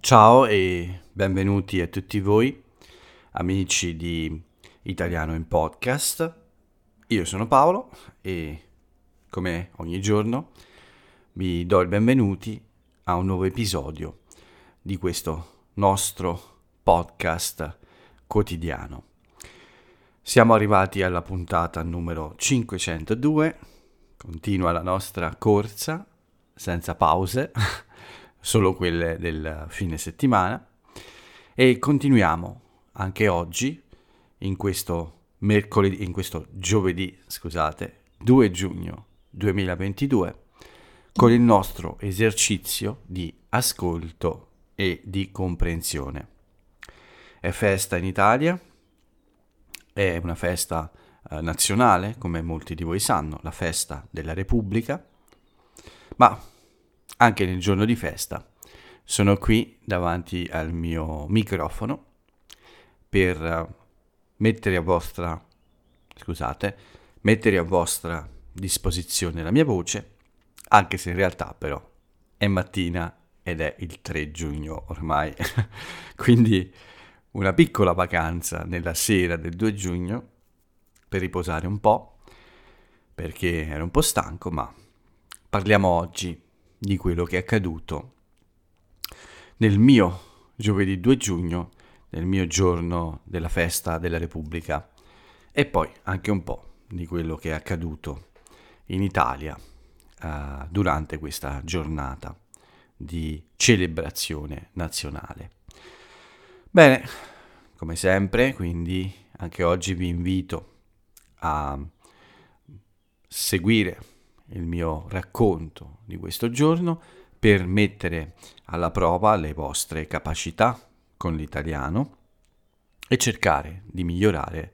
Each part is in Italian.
Ciao e benvenuti a tutti voi, amici di Italiano in Podcast. Io sono Paolo e, come ogni giorno, vi do il benvenuti a un nuovo episodio di questo nostro podcast quotidiano. Siamo arrivati alla puntata numero 502, continua la nostra corsa senza pause, solo quelle del fine settimana, e continuiamo anche oggi in questo giovedì, 2 giugno 2022 con il nostro esercizio di ascolto e di comprensione. È festa in Italia, è una festa nazionale, come molti di voi sanno, la festa della Repubblica, ma anche nel giorno di festa sono qui davanti al mio microfono per mettere a vostra disposizione la mia voce, anche se in realtà però è mattina ed è il 3 giugno ormai, quindi una piccola vacanza nella sera del 2 giugno per riposare un po', perché ero un po' stanco, ma parliamo oggi di quello che è accaduto nel mio giovedì 2 giugno, nel mio giorno della festa della Repubblica, e poi anche un po' di quello che è accaduto in Italia durante questa giornata di celebrazione nazionale. Bene, come sempre, quindi anche oggi vi invito a seguire il mio racconto di questo giorno per mettere alla prova le vostre capacità con l'italiano e cercare di migliorare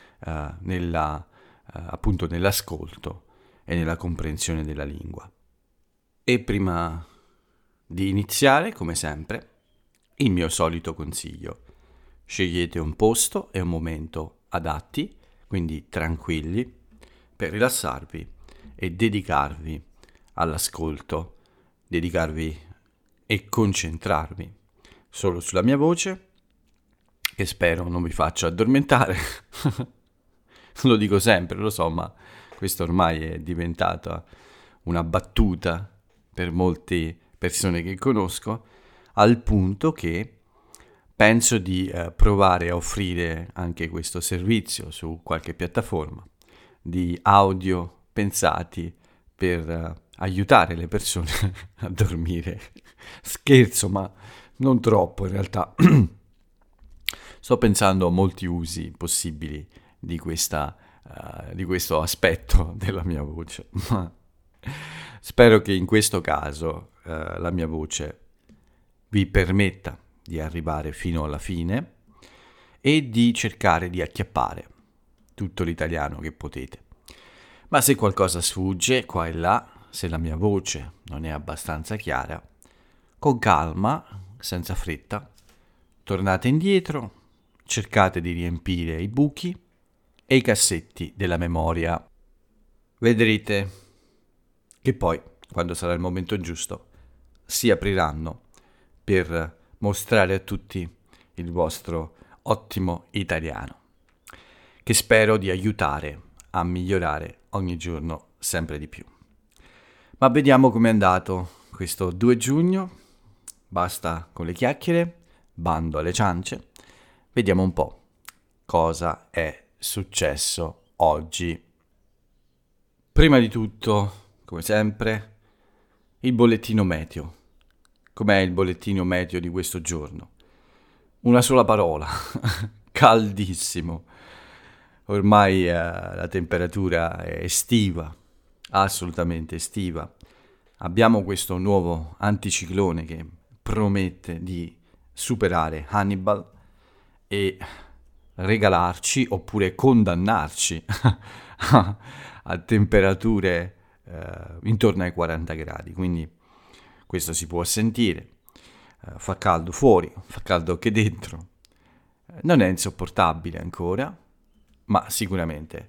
appunto nell'ascolto e nella comprensione della lingua. E prima di iniziare, come sempre, il mio solito consiglio: scegliete un posto e un momento adatti, quindi tranquilli, per rilassarvi e dedicarvi all'ascolto, dedicarvi e concentrarvi solo sulla mia voce, che spero non vi faccia addormentare. Lo dico sempre, lo so, ma questo ormai è diventata una battuta per molte persone che conosco, al punto che penso di provare a offrire anche questo servizio su qualche piattaforma di audio pensati per aiutare le persone a dormire. Scherzo, ma non troppo in realtà. Sto pensando a molti usi possibili di questo aspetto della mia voce, ma spero che in questo caso la mia voce vi permetta di arrivare fino alla fine e di cercare di acchiappare tutto l'italiano che potete. Ma se qualcosa sfugge qua e là, se la mia voce non è abbastanza chiara, con calma, senza fretta, tornate indietro, cercate di riempire i buchi e i cassetti della memoria. Vedrete che poi, quando sarà il momento giusto, si apriranno per mostrare a tutti il vostro ottimo italiano, che spero di aiutare a migliorare ogni giorno sempre di più. Ma vediamo com'è andato questo 2 giugno. Basta con le chiacchiere, bando alle ciance. Vediamo un po' cosa è successo oggi. Prima di tutto, come sempre, il bollettino meteo. Com'è il bollettino meteo di questo giorno? Una sola parola, caldissimo. Ormai la temperatura è estiva, assolutamente estiva. Abbiamo questo nuovo anticiclone che promette di superare Hannibal e regalarci oppure condannarci a temperature intorno ai 40 gradi. Quindi questo si può sentire. Fa caldo fuori, fa caldo anche dentro. Non è insopportabile ancora, ma sicuramente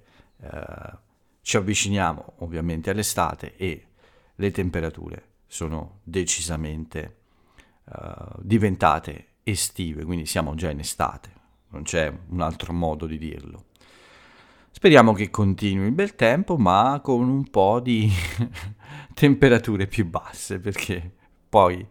ci avviciniamo ovviamente all'estate e le temperature sono decisamente diventate estive, quindi siamo già in estate, non c'è un altro modo di dirlo. Speriamo che continui il bel tempo, ma con un po' di temperature più basse, perché poi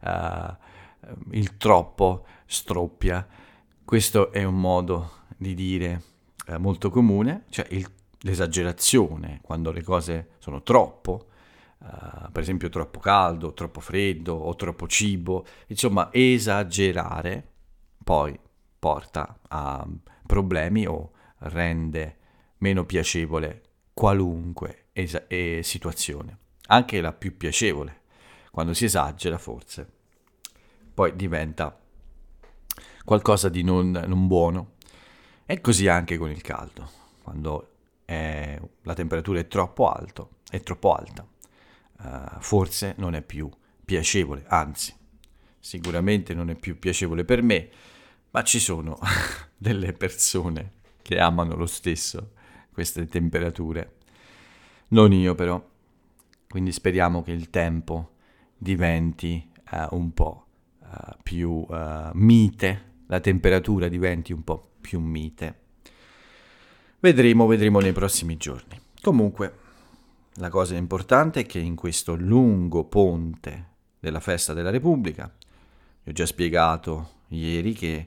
il troppo stroppia. Questo è un modo di dire molto comune, cioè l'esagerazione, quando le cose sono troppo, per esempio troppo caldo, troppo freddo o troppo cibo, insomma esagerare poi porta a problemi o rende meno piacevole qualunque situazione, anche la più piacevole, quando si esagera forse, poi diventa qualcosa di non buono. E così anche con il caldo, quando la temperatura è troppo alta, forse non è più piacevole, anzi, sicuramente non è più piacevole per me, ma ci sono delle persone che amano lo stesso queste temperature. Non io però. Quindi speriamo che il tempo diventi un po' più mite, la temperatura diventi un po' più mite. Vedremo nei prossimi giorni. Comunque, la cosa importante è che in questo lungo ponte della Festa della Repubblica, vi ho già spiegato ieri che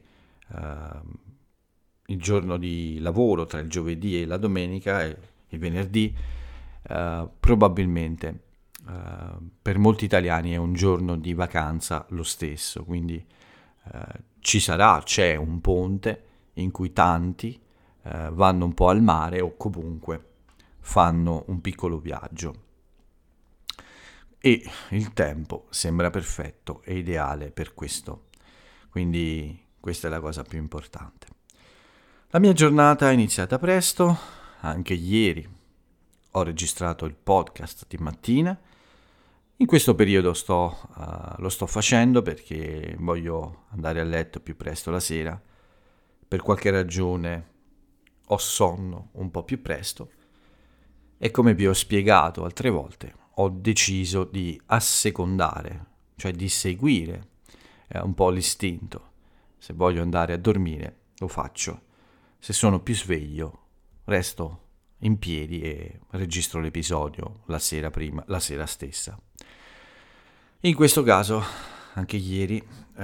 il giorno di lavoro tra il giovedì e la domenica e il venerdì probabilmente per molti italiani è un giorno di vacanza lo stesso, quindi c'è un ponte in cui tanti vanno un po' al mare o comunque fanno un piccolo viaggio e il tempo sembra perfetto e ideale per questo, quindi questa è la cosa più importante. La mia giornata è iniziata presto, anche ieri ho registrato il podcast di mattina. In questo periodo lo sto facendo perché voglio andare a letto più presto la sera. Per qualche ragione ho sonno un po' più presto e come vi ho spiegato altre volte ho deciso di assecondare, cioè di seguire un po' l'istinto. Se voglio andare a dormire lo faccio. Se sono più sveglio, resto in piedi e registro l'episodio la sera stessa. In questo caso, anche ieri,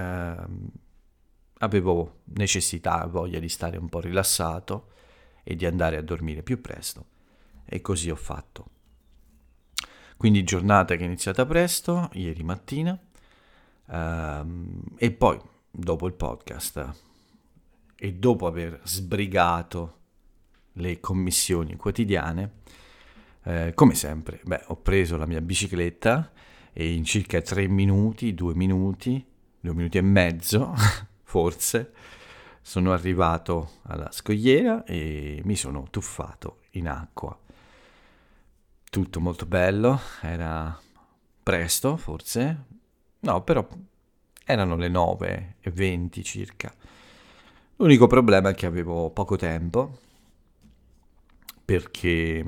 avevo necessità, voglia di stare un po' rilassato e di andare a dormire più presto, e così ho fatto. Quindi giornata che è iniziata presto, ieri mattina, e poi, dopo il podcast, e dopo aver sbrigato le commissioni quotidiane, come sempre, ho preso la mia bicicletta e in circa 2 minuti e mezzo, forse, sono arrivato alla scogliera e mi sono tuffato in acqua. Tutto molto bello, era presto forse, no, però erano le 9:20 circa. L'unico problema è che avevo poco tempo perché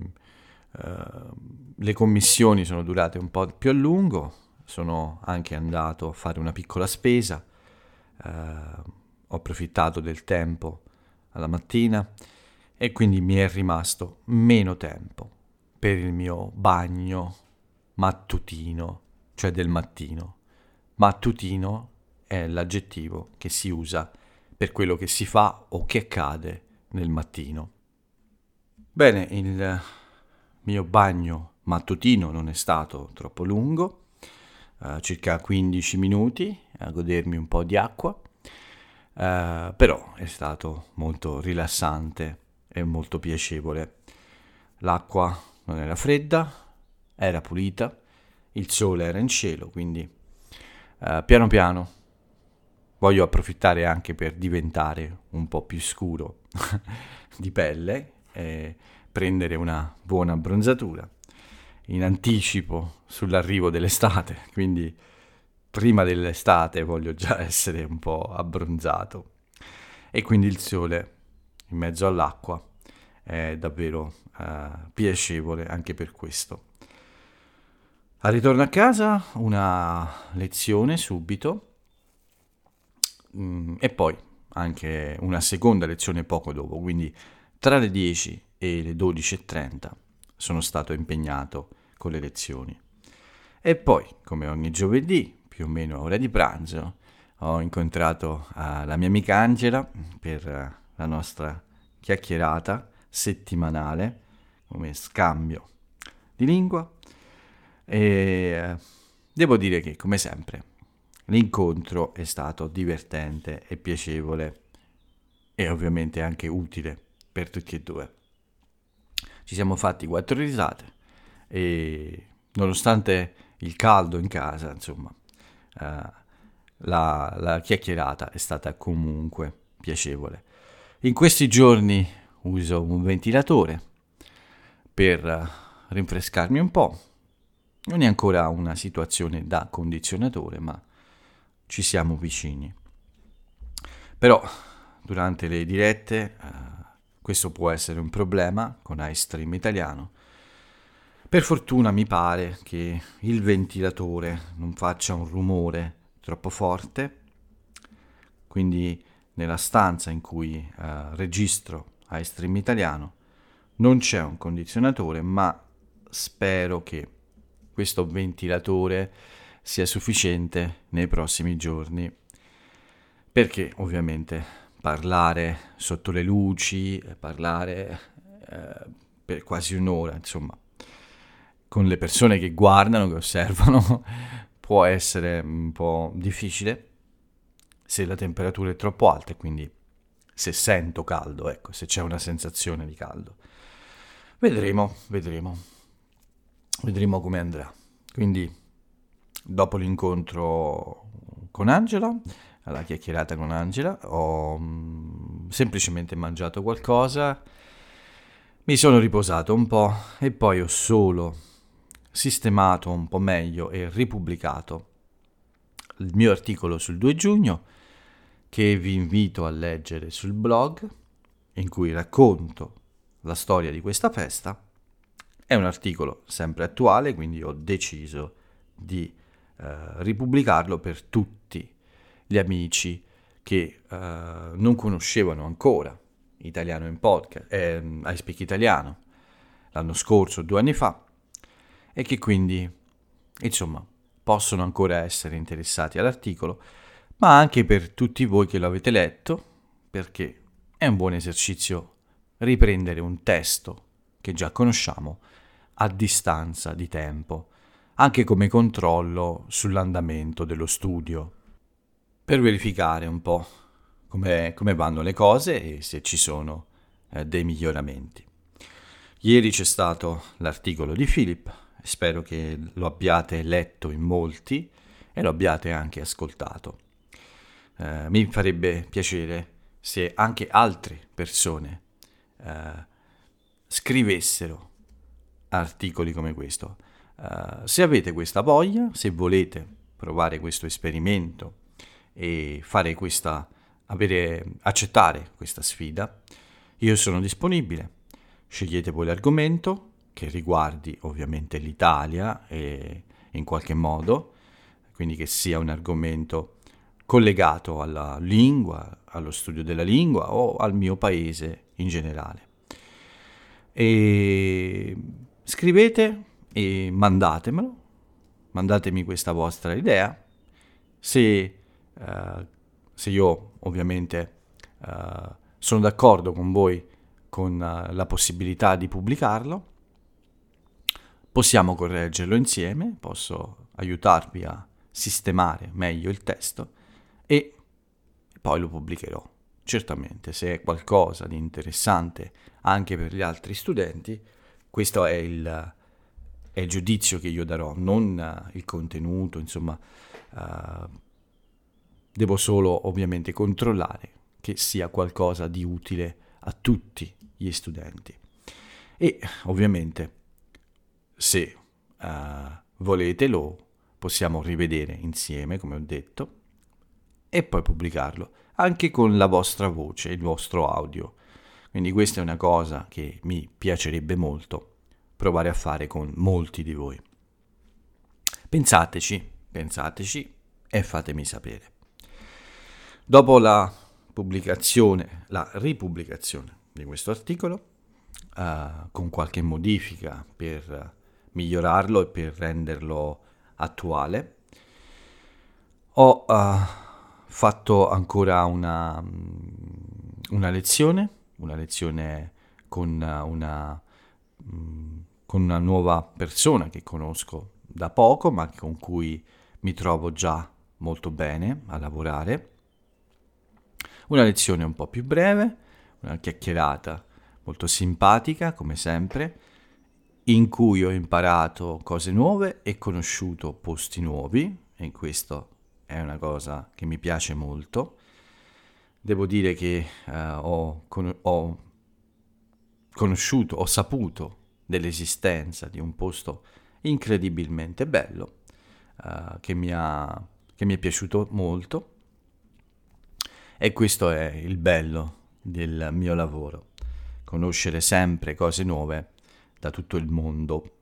le commissioni sono durate un po' più a lungo, sono anche andato a fare una piccola spesa, ho approfittato del tempo alla mattina e quindi mi è rimasto meno tempo per il mio bagno mattutino, cioè del mattino. Mattutino è l'aggettivo che si usa per quello che si fa o che accade nel mattino. Bene, il mio bagno mattutino non è stato troppo lungo, circa 15 minuti a godermi un po' di acqua, però è stato molto rilassante e molto piacevole. L'acqua non era fredda, era pulita, il sole era in cielo, quindi piano piano voglio approfittare anche per diventare un po' più scuro di pelle e prendere una buona abbronzatura in anticipo sull'arrivo dell'estate, quindi prima dell'estate voglio già essere un po' abbronzato e quindi il sole in mezzo all'acqua è davvero piacevole anche per questo. Al ritorno a casa una lezione subito e poi anche una seconda lezione poco dopo, quindi tra le 10 e le 12:30 sono stato impegnato con le lezioni. E poi, come ogni giovedì, più o meno a ora di pranzo, ho incontrato la mia amica Angela per la nostra chiacchierata settimanale come scambio di lingua e devo dire che, come sempre, l'incontro è stato divertente e piacevole e ovviamente anche utile per tutti e due. Ci siamo fatti 4 risate e nonostante il caldo in casa, insomma, la chiacchierata è stata comunque piacevole. In questi giorni uso un ventilatore per rinfrescarmi un po'. Non è ancora una situazione da condizionatore, ma ci siamo vicini. Però durante le dirette questo può essere un problema con iStream Italiano. Per fortuna mi pare che il ventilatore non faccia un rumore troppo forte, quindi nella stanza in cui registro iStream Italiano non c'è un condizionatore, ma spero che questo ventilatore sia sufficiente nei prossimi giorni, perché ovviamente parlare sotto le luci, parlare per quasi un'ora, insomma, con le persone che guardano, che osservano, può essere un po' difficile se la temperatura è troppo alta e quindi se sento caldo, ecco, se c'è una sensazione di caldo. Vedremo come andrà. Quindi, dopo l'incontro con Angela, alla chiacchierata con Angela, ho semplicemente mangiato qualcosa, mi sono riposato un po' e poi ho solo sistemato un po' meglio e ripubblicato il mio articolo sul 2 giugno, che vi invito a leggere sul blog, in cui racconto la storia di questa festa. È un articolo sempre attuale, quindi ho deciso di ripubblicarlo per tutti gli amici che non conoscevano ancora Italiano in Podcast, I Speak Italiano, l'anno scorso, 2 anni fa, e che quindi, insomma, possono ancora essere interessati all'articolo, ma anche per tutti voi che lo avete letto, perché è un buon esercizio riprendere un testo che già conosciamo a distanza di tempo, anche come controllo sull'andamento dello studio, per verificare un po' come vanno le cose e se ci sono dei miglioramenti. Ieri c'è stato l'articolo di Philip, spero che lo abbiate letto in molti e lo abbiate anche ascoltato. Mi farebbe piacere se anche altre persone scrivessero articoli come questo. Se avete questa voglia, se volete provare questo esperimento e accettare questa sfida, io sono disponibile. Scegliete voi l'argomento che riguardi ovviamente l'Italia e in qualche modo, quindi che sia un argomento collegato alla lingua, allo studio della lingua o al mio paese in generale. E scrivete e mandatemi questa vostra idea. Se io ovviamente sono d'accordo con voi con la possibilità di pubblicarlo, possiamo correggerlo insieme, posso aiutarvi a sistemare meglio il testo e poi lo pubblicherò. Certamente, se è qualcosa di interessante anche per gli altri studenti, questo è il giudizio che io darò, non il contenuto, insomma, devo solo ovviamente controllare che sia qualcosa di utile a tutti gli studenti. E ovviamente, se volete, lo possiamo rivedere insieme, come ho detto, e poi pubblicarlo anche con la vostra voce, il vostro audio. Quindi questa è una cosa che mi piacerebbe molto provare a fare con molti di voi. Pensateci e fatemi sapere. Dopo la ripubblicazione di questo articolo, con qualche modifica per migliorarlo e per renderlo attuale, ho fatto ancora una lezione con una nuova persona che conosco da poco, ma con cui mi trovo già molto bene a lavorare. Una lezione un po' più breve, una chiacchierata molto simpatica, come sempre, in cui ho imparato cose nuove e conosciuto posti nuovi, e questo è una cosa che mi piace molto. Devo dire che ho saputo dell'esistenza di un posto incredibilmente bello, che mi è piaciuto molto, e questo è il bello del mio lavoro, conoscere sempre cose nuove da tutto il mondo.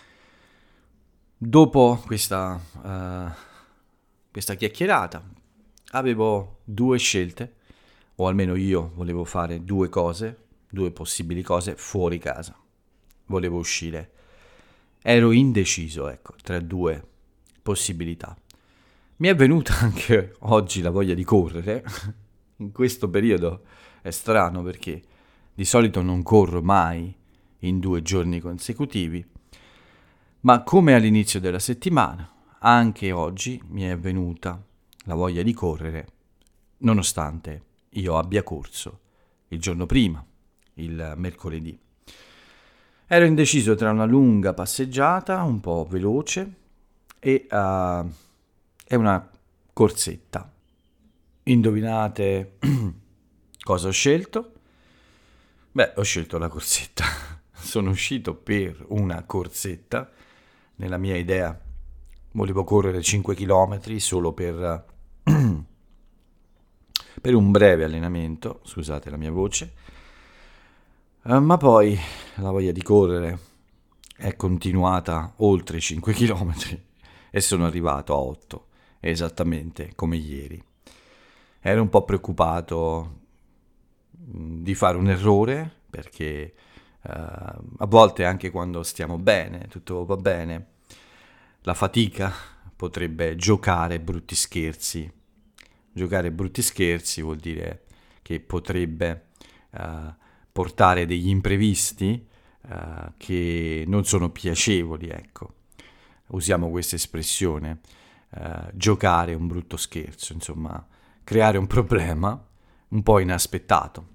Dopo questa chiacchierata avevo due scelte, o almeno io volevo fare due possibili cose fuori casa. Volevo uscire. Ero indeciso, tra due possibilità. Mi è venuta anche oggi la voglia di correre. In questo periodo è strano perché di solito non corro mai in 2 giorni consecutivi, ma come all'inizio della settimana, anche oggi mi è venuta la voglia di correre, nonostante io abbia corso il giorno prima, il mercoledì. Ero indeciso tra una lunga passeggiata, un po' veloce, e una corsetta. Indovinate cosa ho scelto? Ho scelto la corsetta. Sono uscito per una corsetta. Nella mia idea volevo correre 5 km solo per un breve allenamento, scusate la mia voce, ma poi la voglia di correre è continuata oltre 5 km e sono arrivato a 8, esattamente come ieri. Ero un po' preoccupato di fare un errore, perché a volte anche quando stiamo bene, tutto va bene, la fatica potrebbe giocare brutti scherzi. Giocare brutti scherzi vuol dire che potrebbe portare degli imprevisti che non sono piacevoli, ecco. Usiamo questa espressione, giocare un brutto scherzo, insomma, creare un problema un po' inaspettato.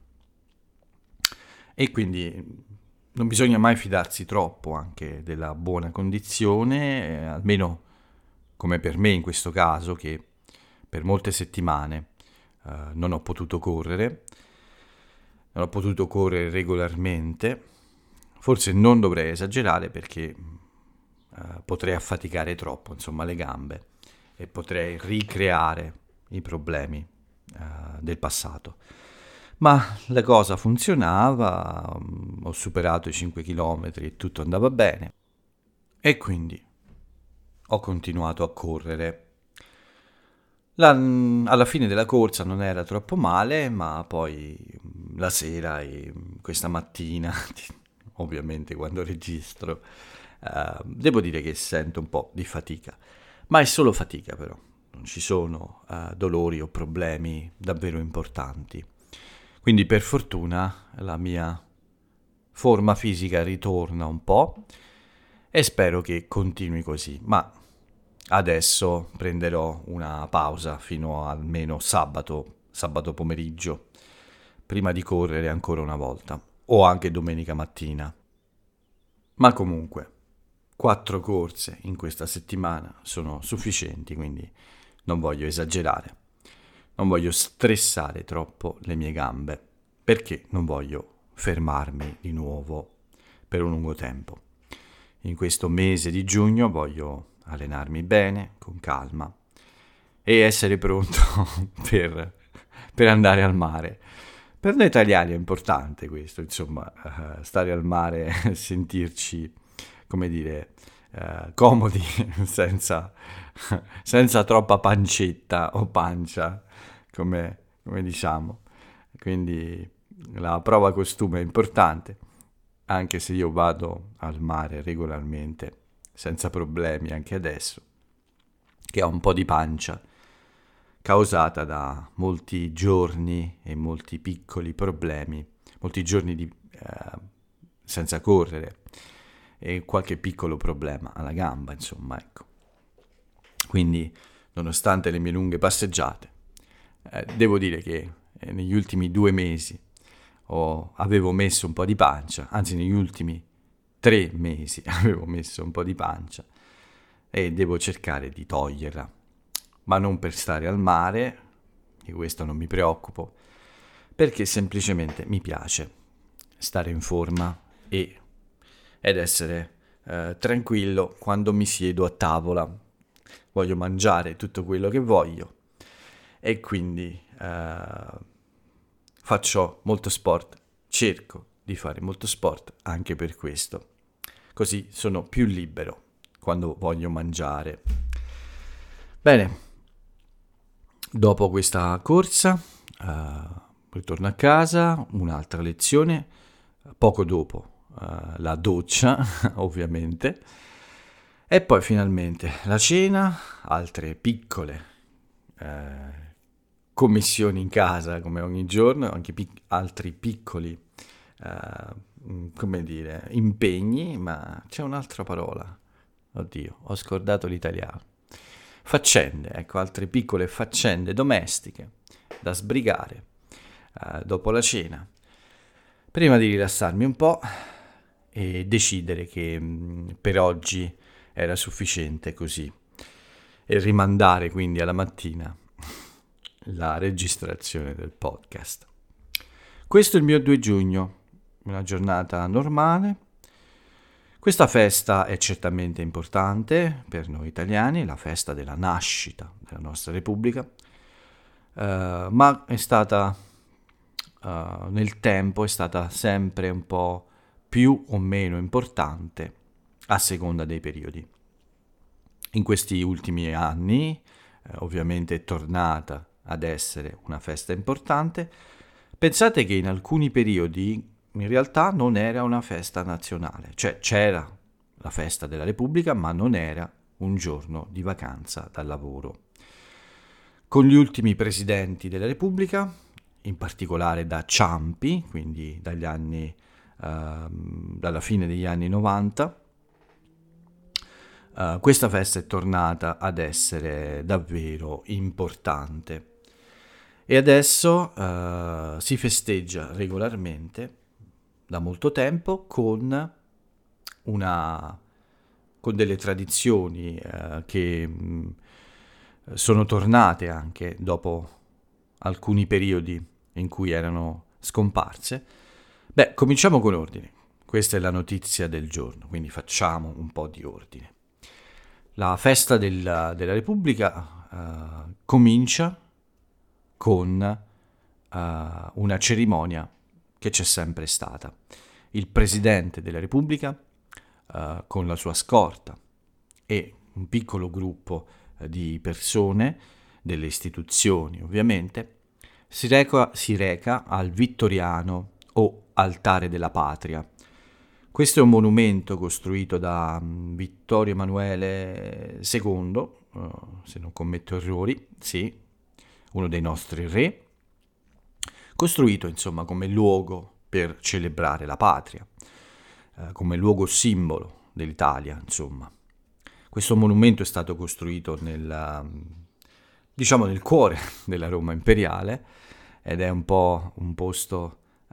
E quindi non bisogna mai fidarsi troppo anche della buona condizione, almeno come per me in questo caso, che per molte settimane non ho potuto correre regolarmente. Forse non dovrei esagerare, perché potrei affaticare troppo, insomma, le gambe, e potrei ricreare i problemi del passato. Ma la cosa funzionava, ho superato i 5 km e tutto andava bene, e quindi ho continuato a correre. Alla fine della corsa non era troppo male, ma poi la sera e questa mattina, ovviamente quando registro, devo dire che sento un po' di fatica, ma è solo fatica, però non ci sono dolori o problemi davvero importanti. Quindi per fortuna la mia forma fisica ritorna un po' e spero che continui così, ma adesso prenderò una pausa fino almeno sabato pomeriggio, prima di correre ancora una volta, o anche domenica mattina. Ma comunque, 4 corse in questa settimana sono sufficienti, quindi non voglio esagerare. Non voglio stressare troppo le mie gambe, perché non voglio fermarmi di nuovo per un lungo tempo. In questo mese di giugno voglio allenarmi bene, con calma, e essere pronto per andare al mare. Per noi italiani è importante questo, insomma, stare al mare, sentirci, come dire, comodi, senza, senza troppa pancetta o pancia, come diciamo. Quindi la prova costume è importante, anche se io vado al mare regolarmente, senza problemi anche adesso, che ho un po' di pancia causata da molti giorni e molti piccoli problemi, molti giorni senza correre e qualche piccolo problema alla gamba, insomma, ecco. Quindi, nonostante le mie lunghe passeggiate, devo dire che negli ultimi 2 mesi avevo messo un po' di pancia, anzi negli ultimi 3 mesi avevo messo un po' di pancia e devo cercare di toglierla, ma non per stare al mare, di questo non mi preoccupo, perché semplicemente mi piace stare in forma ed essere tranquillo quando mi siedo a tavola. Voglio mangiare tutto quello che voglio e quindi faccio molto sport, cerco di fare molto sport anche per questo, così sono più libero quando voglio mangiare. Bene, dopo questa corsa ritorno a casa, un'altra lezione, poco dopo la doccia ovviamente, e poi finalmente la cena, altre piccole commissioni in casa come ogni giorno, anche altri piccoli come dire, impegni, ma c'è un'altra parola, oddio, ho scordato l'italiano. Faccende, ecco, altre piccole faccende domestiche da sbrigare dopo la cena, prima di rilassarmi un po' e decidere che per oggi era sufficiente così e rimandare quindi alla mattina la registrazione del podcast. Questo è il mio 2 giugno, una giornata normale. Questa festa è certamente importante per noi italiani, la festa della nascita della nostra Repubblica, ma è stata, nel tempo, è stata sempre un po' più o meno importante a seconda dei periodi. In questi ultimi anni, ovviamente è tornata ad essere una festa importante. Pensate che in alcuni periodi in realtà non era una festa nazionale, cioè c'era la festa della Repubblica, ma non era un giorno di vacanza dal lavoro. Con gli ultimi presidenti della Repubblica, in particolare da Ciampi, quindi dalla fine degli anni 90, questa festa è tornata ad essere davvero importante e adesso si festeggia regolarmente da molto tempo con delle tradizioni che sono tornate anche dopo alcuni periodi in cui erano scomparse. Beh, cominciamo con ordine. Questa è la notizia del giorno, quindi facciamo un po' di ordine. La festa della Repubblica comincia con una cerimonia che c'è sempre stata. Il Presidente della Repubblica, con la sua scorta e un piccolo gruppo di persone, delle istituzioni ovviamente, si reca al Vittoriano o Altare della Patria. Questo è un monumento costruito da Vittorio Emanuele II, se non commetto errori, sì, uno dei nostri re, costruito insomma come luogo per celebrare la patria, come luogo simbolo dell'Italia, insomma. Questo monumento è stato costruito nel cuore della Roma imperiale ed è un po' un posto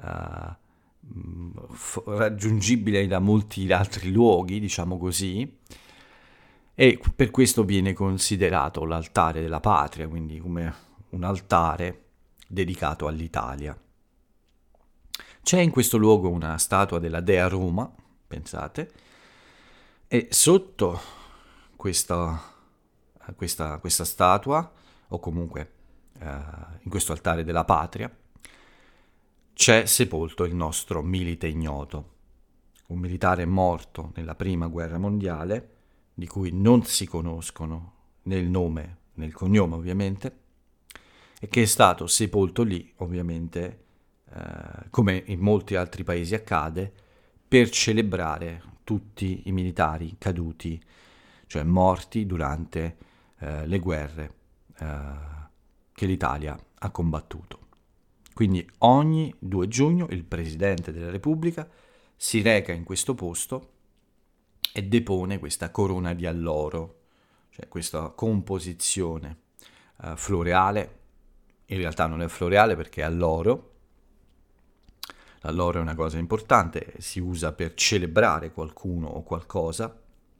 raggiungibile da molti altri luoghi, diciamo così, e per questo viene considerato l'altare della patria, quindi come un altare dedicato all'Italia. C'è in questo luogo una statua della Dea Roma, pensate, e sotto questa statua, o comunque in questo altare della patria, c'è sepolto il nostro milite ignoto, un militare morto nella prima guerra mondiale, di cui non si conoscono né il nome né il cognome ovviamente, e che è stato sepolto lì ovviamente, come in molti altri paesi accade, per celebrare tutti i militari caduti, cioè morti durante le guerre che l'Italia ha combattuto. Quindi ogni 2 giugno il Presidente della Repubblica si reca in questo posto e depone questa corona di alloro, cioè questa composizione floreale. In realtà non è floreale perché è alloro. L'alloro è una cosa importante, si usa per celebrare qualcuno o qualcosa.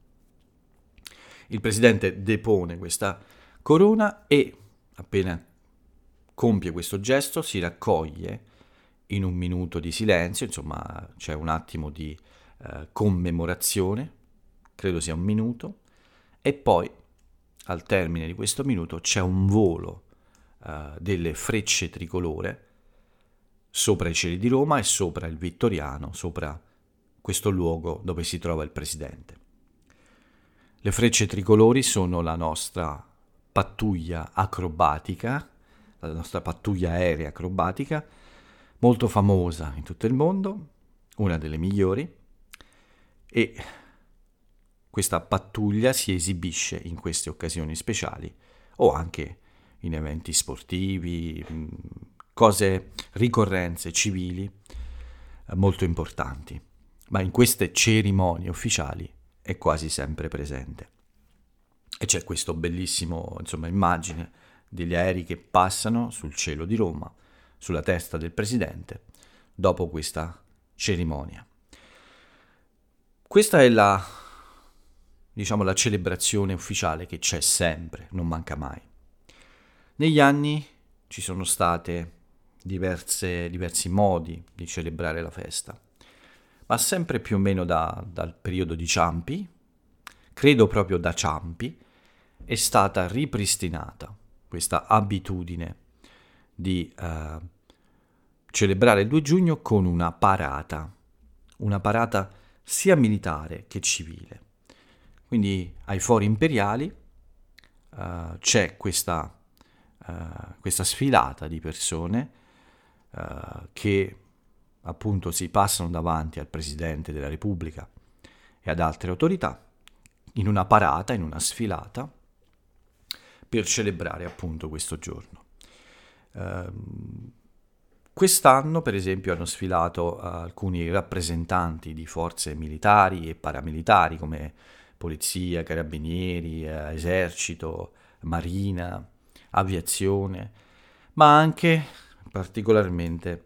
Il Presidente depone questa corona e, appena compie questo gesto, si raccoglie in un minuto di silenzio, insomma c'è un attimo di commemorazione, credo sia un minuto, e poi al termine di questo minuto c'è un volo delle frecce tricolore sopra i cieli di Roma e sopra il Vittoriano, sopra questo luogo dove si trova il Presidente. Le frecce tricolori sono la nostra pattuglia acrobatica, la nostra pattuglia aerea acrobatica, molto famosa in tutto il mondo, una delle migliori, e questa pattuglia si esibisce in queste occasioni speciali o anche in eventi sportivi, cose, ricorrenze civili molto importanti, ma in queste cerimonie ufficiali è quasi sempre presente. E c'è questo bellissimo, immagine degli aerei che passano sul cielo di Roma, sulla testa del Presidente, dopo questa cerimonia. Questa è la celebrazione ufficiale che c'è sempre, non manca mai. Negli anni ci sono state diversi modi di celebrare la festa, ma sempre più o meno dal periodo di Ciampi, credo proprio da Ciampi, è stata ripristinata questa abitudine di celebrare il 2 giugno con una parata sia militare che civile. Quindi ai fori imperiali c'è questa sfilata di persone che appunto si passano davanti al Presidente della Repubblica e ad altre autorità in una parata, in una sfilata, per celebrare appunto questo giorno. Quest'anno, per esempio, hanno sfilato alcuni rappresentanti di forze militari e paramilitari come polizia, carabinieri, esercito, marina, aviazione, ma anche particolarmente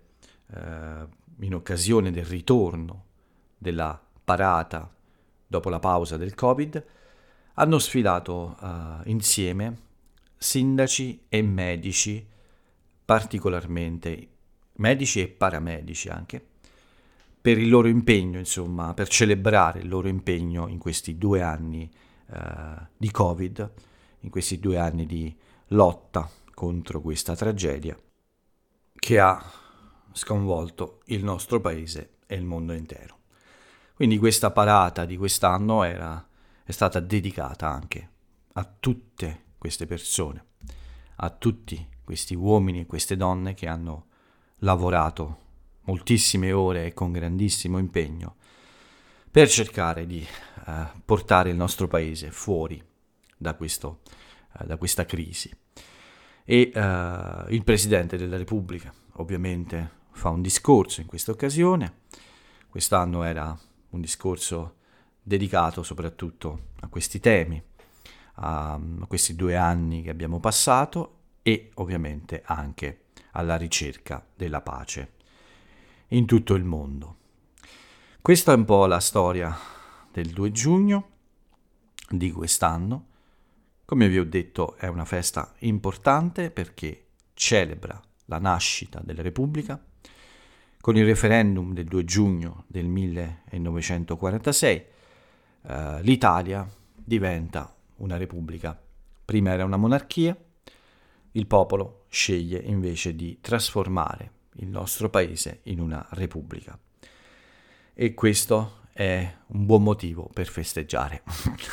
in occasione del ritorno della parata dopo la pausa del Covid, hanno sfilato insieme sindaci e medici, particolarmente medici e paramedici anche, per il loro impegno, per celebrare il loro impegno in questi 2 anni di Covid, in questi 2 anni di lotta contro questa tragedia che ha sconvolto il nostro paese e il mondo intero. Quindi questa parata di quest'anno è stata dedicata anche a tutte queste persone, a tutti questi uomini e queste donne che hanno lavorato moltissime ore e con grandissimo impegno per cercare di portare il nostro paese fuori da questa crisi. E il Presidente della Repubblica ovviamente fa un discorso in questa occasione. Quest'anno era un discorso dedicato soprattutto a questi temi, a questi 2 anni che abbiamo passato e ovviamente anche alla ricerca della pace in tutto il mondo. Questa è un po' la storia del 2 giugno di quest'anno. Come vi ho detto, è una festa importante perché celebra la nascita della Repubblica. Con il referendum del 2 giugno del 1946 l'Italia diventa una repubblica. Prima era una monarchia, il popolo sceglie invece di trasformare il nostro paese in una repubblica. E questo è un buon motivo per festeggiare.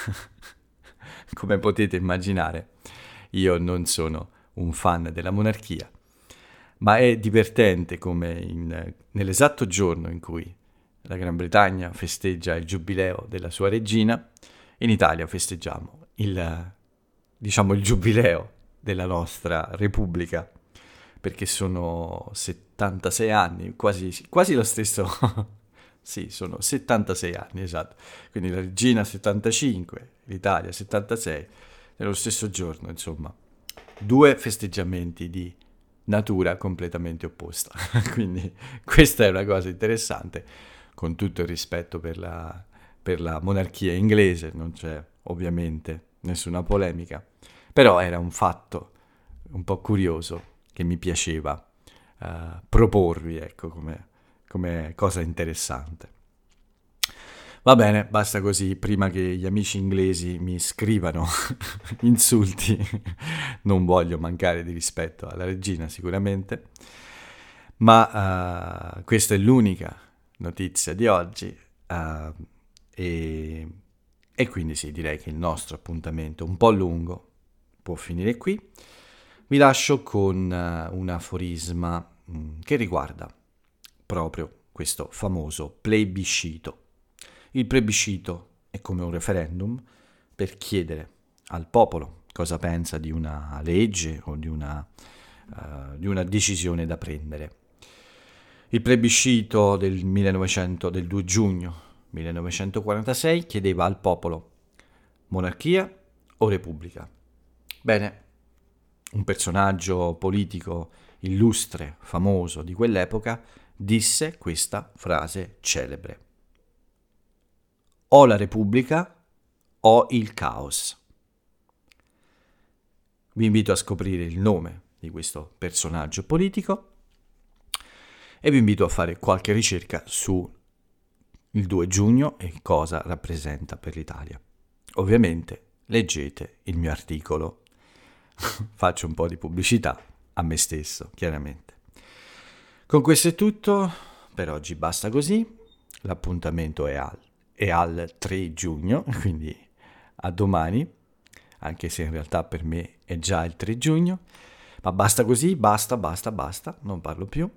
Come potete immaginare, io non sono un fan della monarchia, ma è divertente come nell'esatto giorno in cui la Gran Bretagna festeggia il giubileo della sua regina, in Italia festeggiamo il giubileo della nostra Repubblica, perché sono 76 anni, quasi lo stesso. Sì, sono 76 anni, esatto. Quindi la regina 75, l'Italia 76, nello stesso giorno, insomma. Due festeggiamenti di natura completamente opposta. Quindi questa è una cosa interessante, con tutto il rispetto per la monarchia inglese, non c'è ovviamente nessuna polemica, però era un fatto un po' curioso che mi piaceva proporvi, ecco, come cosa interessante. Va bene, basta così, prima che gli amici inglesi mi scrivano insulti, non voglio mancare di rispetto alla regina sicuramente, ma questa è l'unica notizia di oggi e quindi sì, direi che il nostro appuntamento un po' lungo può finire qui. Vi lascio con un aforisma che riguarda proprio questo famoso plebiscito. Il plebiscito è come un referendum per chiedere al popolo cosa pensa di una legge o di una decisione da prendere. Il plebiscito del 2 giugno 1946 chiedeva al popolo monarchia o repubblica. Bene, un personaggio politico illustre, famoso di quell'epoca, disse questa frase celebre: o la Repubblica o il caos. Vi invito a scoprire il nome di questo personaggio politico e vi invito a fare qualche ricerca su il 2 giugno e cosa rappresenta per l'Italia. Ovviamente leggete il mio articolo. Faccio un po' di pubblicità a me stesso, chiaramente. Con questo è tutto, per oggi basta così. L'appuntamento è al 3 giugno, quindi a domani, anche se in realtà per me è già il 3 giugno, ma basta così, basta, non parlo più.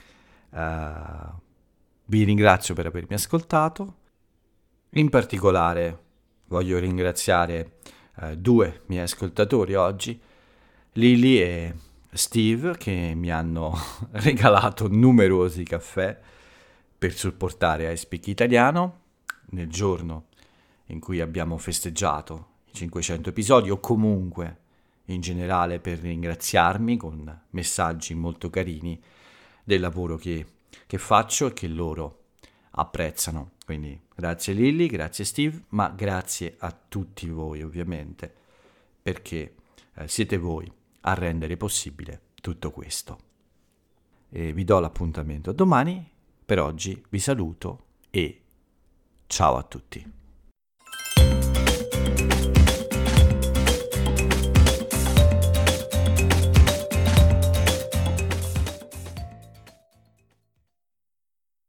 Vi ringrazio per avermi ascoltato, in particolare voglio ringraziare due miei ascoltatori oggi, Lily e Steve, che mi hanno regalato numerosi caffè per supportare I Speak Italiano nel giorno in cui abbiamo festeggiato i 500 episodi, o comunque in generale per ringraziarmi con messaggi molto carini del lavoro che faccio e che loro apprezzano. Quindi grazie Lily, grazie Steve, ma grazie a tutti voi ovviamente, perché siete voi a rendere possibile tutto questo. E vi do l'appuntamento a domani. Per oggi vi saluto e ciao a tutti.